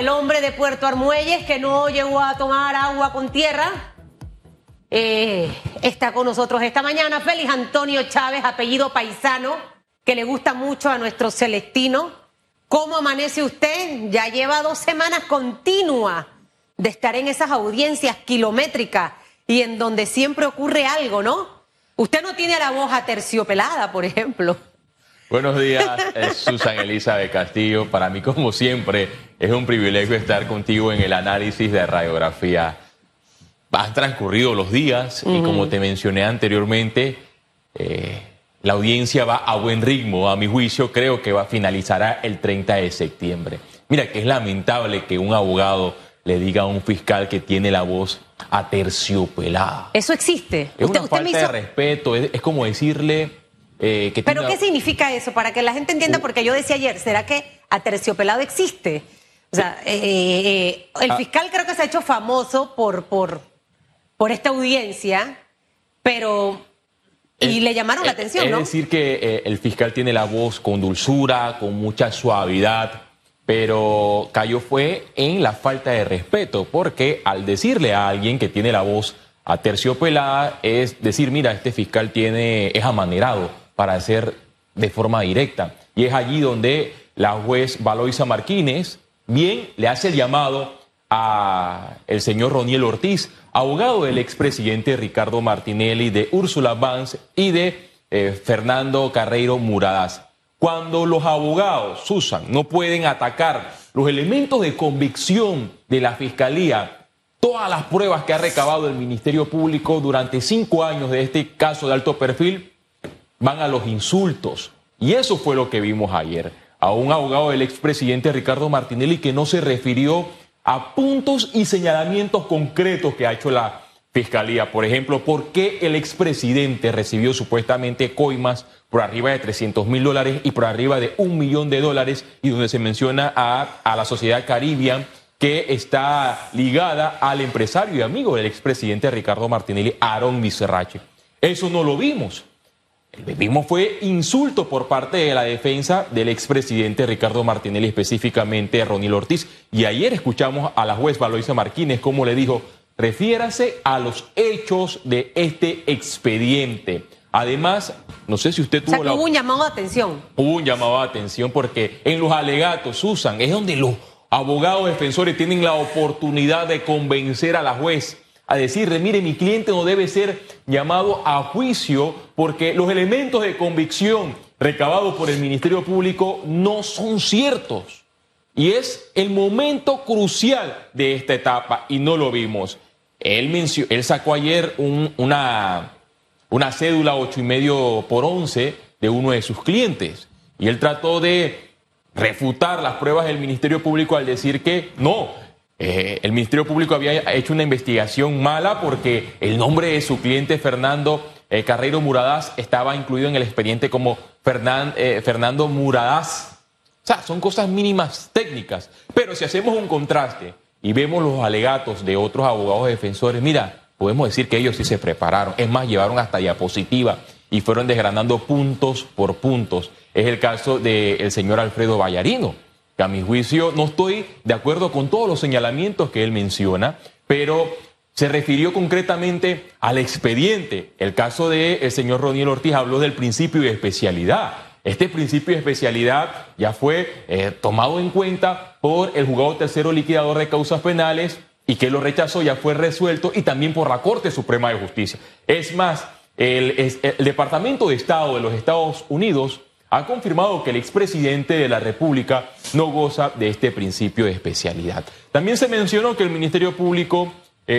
el hombre de Puerto Armuelles que no llegó a tomar agua con tierra, está con nosotros esta mañana. Félix Antonio Chávez, apellido paisano, que le gusta mucho a nuestro Celestino. ¿Cómo amanece usted? Ya lleva 2 semanas continuas de estar en esas audiencias kilométricas y en donde siempre ocurre algo, ¿no? Usted no tiene la voz aterciopelada, por ejemplo. Buenos días, Susan Elizabeth Castillo. Para mí, como siempre, es un privilegio estar contigo en el análisis de radiografía. Han transcurrido los días y como te mencioné anteriormente, la audiencia va a buen ritmo. A mi juicio, creo que finalizará el 30 de septiembre. Mira, que es lamentable que un abogado le diga a un fiscal que tiene la voz aterciopelada. ¿Eso existe? Es una falta de respeto, es como decirle... ¿Pero qué significa eso? Para que la gente entienda, porque yo decía ayer, ¿será que aterciopelado existe? O sea, el fiscal creo que se ha hecho famoso por esta audiencia, pero... Y le llamaron la atención, ¿no? Es decir que el fiscal tiene la voz con dulzura, con mucha suavidad, pero cayó fue en la falta de respeto, porque al decirle a alguien que tiene la voz aterciopelada es decir, mira, este fiscal es amanerado para hacer de forma directa. Y es allí donde la juez Valoisa Martínez bien le hace el llamado a el señor Roniel Ortiz, abogado del expresidente Ricardo Martinelli, de Úrsula Vance y de Fernando Carreiro Muradas. Cuando los abogados, Susan, no pueden atacar los elementos de convicción de la Fiscalía, todas las pruebas que ha recabado el Ministerio Público durante 5 años de este caso de alto perfil, van a los insultos. Y eso fue lo que vimos ayer. A un abogado del expresidente Ricardo Martinelli que no se refirió a puntos y señalamientos concretos que ha hecho la Fiscalía. Por ejemplo, ¿por qué el expresidente recibió supuestamente coimas por arriba de $300,000 y por arriba de $1 millón? Y donde se menciona a la sociedad Caribbean, que está ligada al empresario y amigo del expresidente Ricardo Martinelli, Aaron Miserrache. Eso no lo vimos. Lo que vimos fue insulto por parte de la defensa del expresidente Ricardo Martinelli, específicamente a Roniel Ortiz. Y ayer escuchamos a la juez Valoisa Martínez cómo le dijo, refiérase a los hechos de este expediente. Además, no sé si usted tuvo hubo un llamado de atención. Hubo un llamado de atención porque en los alegatos, Susan, es donde los abogados defensores tienen la oportunidad de convencer a la juez a decirle, mire, mi cliente no debe ser llamado a juicio porque los elementos de convicción recabados por el Ministerio Público no son ciertos. Y es el momento crucial de esta etapa y no lo vimos. Él sacó ayer una cédula 8,5x11 de uno de sus clientes y él trató de refutar las pruebas del Ministerio Público al decir que no. El Ministerio Público había hecho una investigación mala porque el nombre de su cliente Fernando Carreiro Muradas estaba incluido en el expediente como Fernando Muradas. O sea, son cosas mínimas técnicas. Pero si hacemos un contraste y vemos los alegatos de otros abogados defensores, mira, podemos decir que ellos sí se prepararon. Es más, llevaron hasta diapositiva y fueron desgranando puntos por puntos. Es el caso del señor Alfredo Vallarino, que a mi juicio no estoy de acuerdo con todos los señalamientos que él menciona, pero se refirió concretamente al expediente. El caso del señor Roniel Ortiz habló del principio de especialidad. Este principio de especialidad ya fue tomado en cuenta por el juzgado tercero liquidador de causas penales y que lo rechazó, ya fue resuelto, y también por la Corte Suprema de Justicia. Es más, el Departamento de Estado de los Estados Unidos ha confirmado que el expresidente de la República no goza de este principio de especialidad. También se mencionó que el Ministerio Público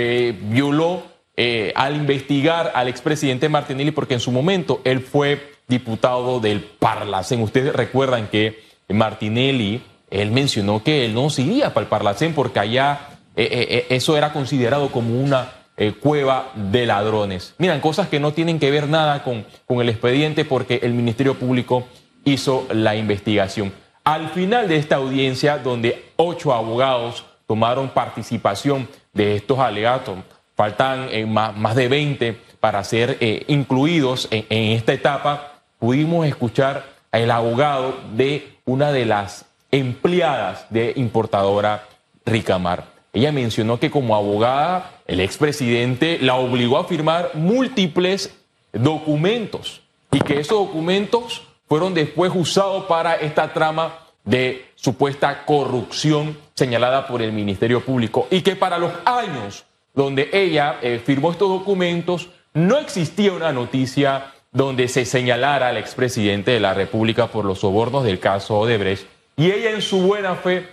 violó al investigar al expresidente Martinelli porque en su momento él fue diputado del Parlacén. Ustedes recuerdan que Martinelli, él mencionó que él no se iría para el Parlacén porque allá eso era considerado como una cueva de ladrones. Miran, cosas que no tienen que ver nada con el expediente porque el Ministerio Público hizo la investigación. Al final de esta audiencia, donde 8 abogados tomaron participación de estos alegatos, faltan más de 20 para ser incluidos en esta etapa, pudimos escuchar al abogado de una de las empleadas de importadora Ricamar. Ella mencionó que como abogada, el expresidente la obligó a firmar múltiples documentos y que esos documentos fueron después usados para esta trama de supuesta corrupción señalada por el Ministerio Público y que para los años donde ella firmó estos documentos no existía una noticia donde se señalara al expresidente de la República por los sobornos del caso Odebrecht y ella en su buena fe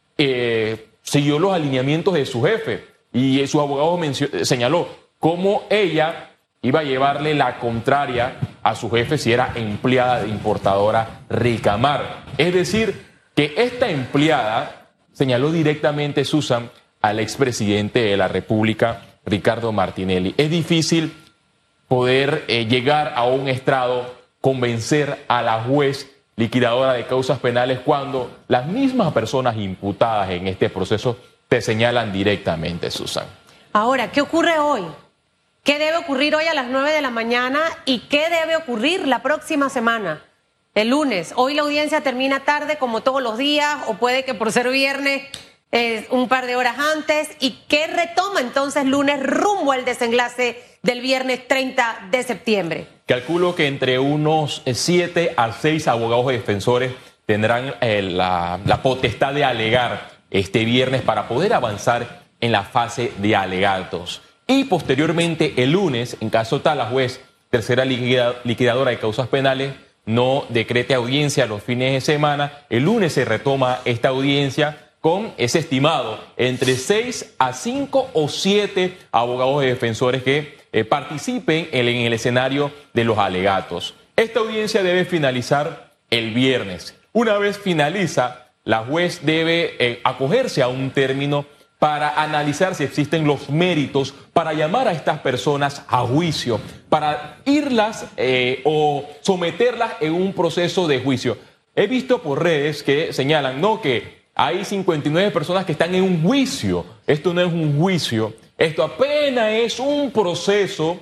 siguió los alineamientos de su jefe y su abogado señaló cómo ella iba a llevarle la contraria a su jefe si era empleada de importadora Ricamar. Es decir, que esta empleada señaló directamente, Susan, al expresidente de la República, Ricardo Martinelli. Es difícil poder llegar a un estrado, convencer a la juez liquidadora de causas penales cuando las mismas personas imputadas en este proceso te señalan directamente, Susan. Ahora, ¿qué ocurre hoy? ¿Qué debe ocurrir hoy a las 9 de la mañana y qué debe ocurrir la próxima semana? El lunes. Hoy la audiencia termina tarde como todos los días o puede que por ser viernes un par de horas antes. ¿Y qué retoma entonces lunes rumbo al desenlace del viernes 30 de septiembre? Calculo que entre unos 7 a 6 abogados defensores tendrán la potestad de alegar este viernes para poder avanzar en la fase de alegatos. Y posteriormente el lunes, en caso tal, la juez tercera liquidadora de causas penales no decrete audiencia los fines de semana, el lunes se retoma esta audiencia con ese estimado entre 6 a 5 o 7 abogados defensores que participen en el escenario de los alegatos. Esta audiencia debe finalizar el viernes. Una vez finaliza, la juez debe acogerse a un término para analizar si existen los méritos para llamar a estas personas a juicio, para irlas o someterlas en un proceso de juicio. He visto por redes que señalan, no, que hay 59 personas que están en un juicio. Esto no es un juicio, esto apenas es un proceso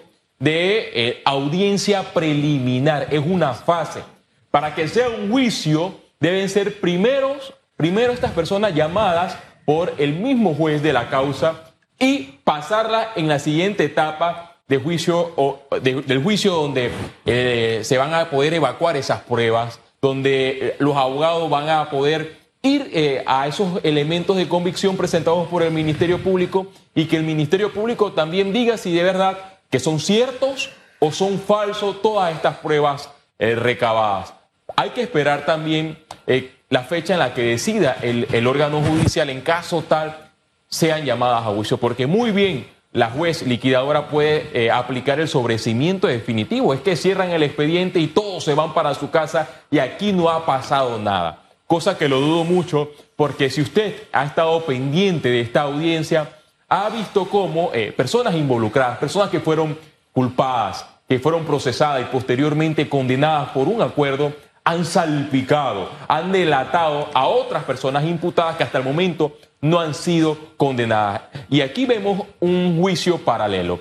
de audiencia preliminar, es una fase. Para que sea un juicio deben ser primero estas personas llamadas por el mismo juez de la causa y pasarla en la siguiente etapa de juicio del juicio donde se van a poder evacuar esas pruebas, donde los abogados van a poder ir a esos elementos de convicción presentados por el Ministerio Público y que el Ministerio Público también diga si de verdad que son ciertos o son falsos todas estas pruebas recabadas. Hay que esperar también la fecha en la que decida el órgano judicial en caso tal sean llamadas a juicio, porque muy bien la juez liquidadora puede aplicar el sobreseimiento definitivo, es que cierran el expediente y todos se van para su casa y aquí no ha pasado nada, cosa que lo dudo mucho, porque si usted ha estado pendiente de esta audiencia, ha visto cómo personas involucradas, personas que fueron culpadas, que fueron procesadas y posteriormente condenadas por un acuerdo, han salpicado, han delatado a otras personas imputadas que hasta el momento no han sido condenadas. Y aquí vemos un juicio paralelo,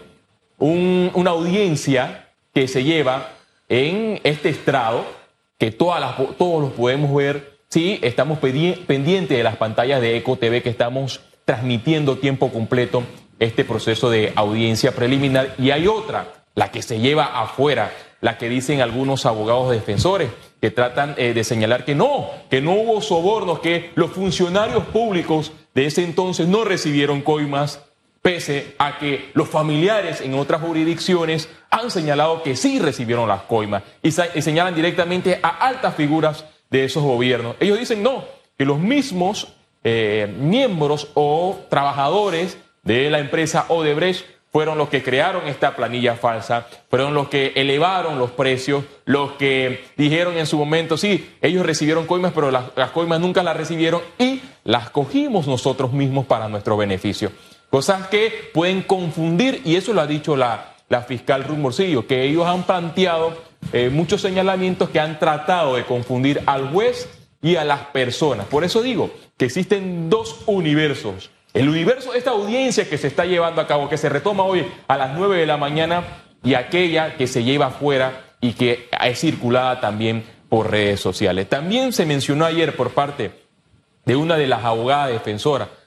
una audiencia que se lleva en este estrado, que todos los podemos ver, sí, estamos pendientes de las pantallas de Eco TV que estamos transmitiendo tiempo completo este proceso de audiencia preliminar. Y hay otra, la que se lleva afuera, la que dicen algunos abogados defensores, que tratan de señalar que no hubo sobornos, que los funcionarios públicos de ese entonces no recibieron coimas, pese a que los familiares en otras jurisdicciones han señalado que sí recibieron las coimas y señalan directamente a altas figuras de esos gobiernos. Ellos dicen no, que los mismos miembros o trabajadores de la empresa Odebrecht fueron los que crearon esta planilla falsa, fueron los que elevaron los precios, los que dijeron en su momento, sí, ellos recibieron coimas, pero las coimas nunca las recibieron y las cogimos nosotros mismos para nuestro beneficio. Cosas que pueden confundir, y eso lo ha dicho la fiscal Ruth Morcillo, que ellos han planteado muchos señalamientos que han tratado de confundir al juez y a las personas. Por eso digo que existen dos universos. El universo de esta audiencia que se está llevando a cabo, que se retoma hoy a las 9 de la mañana, y aquella que se lleva afuera y que es circulada también por redes sociales. También se mencionó ayer por parte de una de las abogadas defensoras,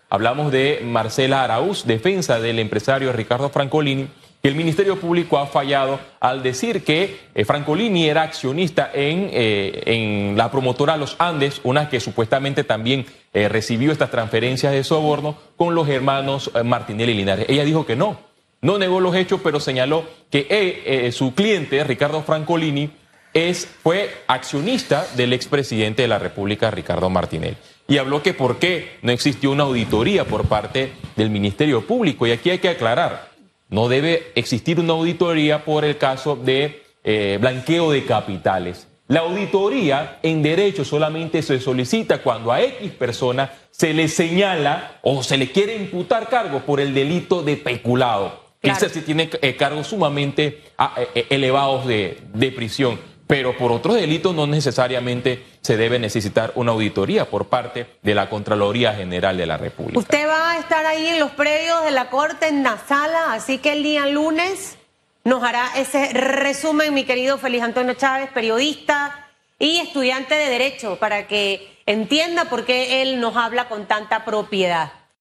Hablamos de Marcela Araúz, defensa del empresario Ricardo Francolini, que el Ministerio Público ha fallado al decir que Francolini era accionista en la promotora Los Andes, una que supuestamente también recibió estas transferencias de soborno con los hermanos Martinelli y Linares. Ella dijo que no negó los hechos, pero señaló que su cliente, Ricardo Francolini, fue accionista del expresidente de la República, Ricardo Martinelli. Y habló que por qué no existió una auditoría por parte del Ministerio Público. Y aquí hay que aclarar, no debe existir una auditoría por el caso de blanqueo de capitales. La auditoría en derecho solamente se solicita cuando a X persona se le señala o se le quiere imputar cargo por el delito de peculado. Claro. Ese sí tiene cargos sumamente elevados de prisión. Pero por otros delitos no necesariamente se debe necesitar una auditoría por parte de la Contraloría General de la República. Usted va a estar ahí en los predios de la Corte, en la sala, así que el día lunes nos hará ese resumen, mi querido Félix Antonio Chávez, periodista y estudiante de Derecho, para que entienda por qué él nos habla con tanta propiedad.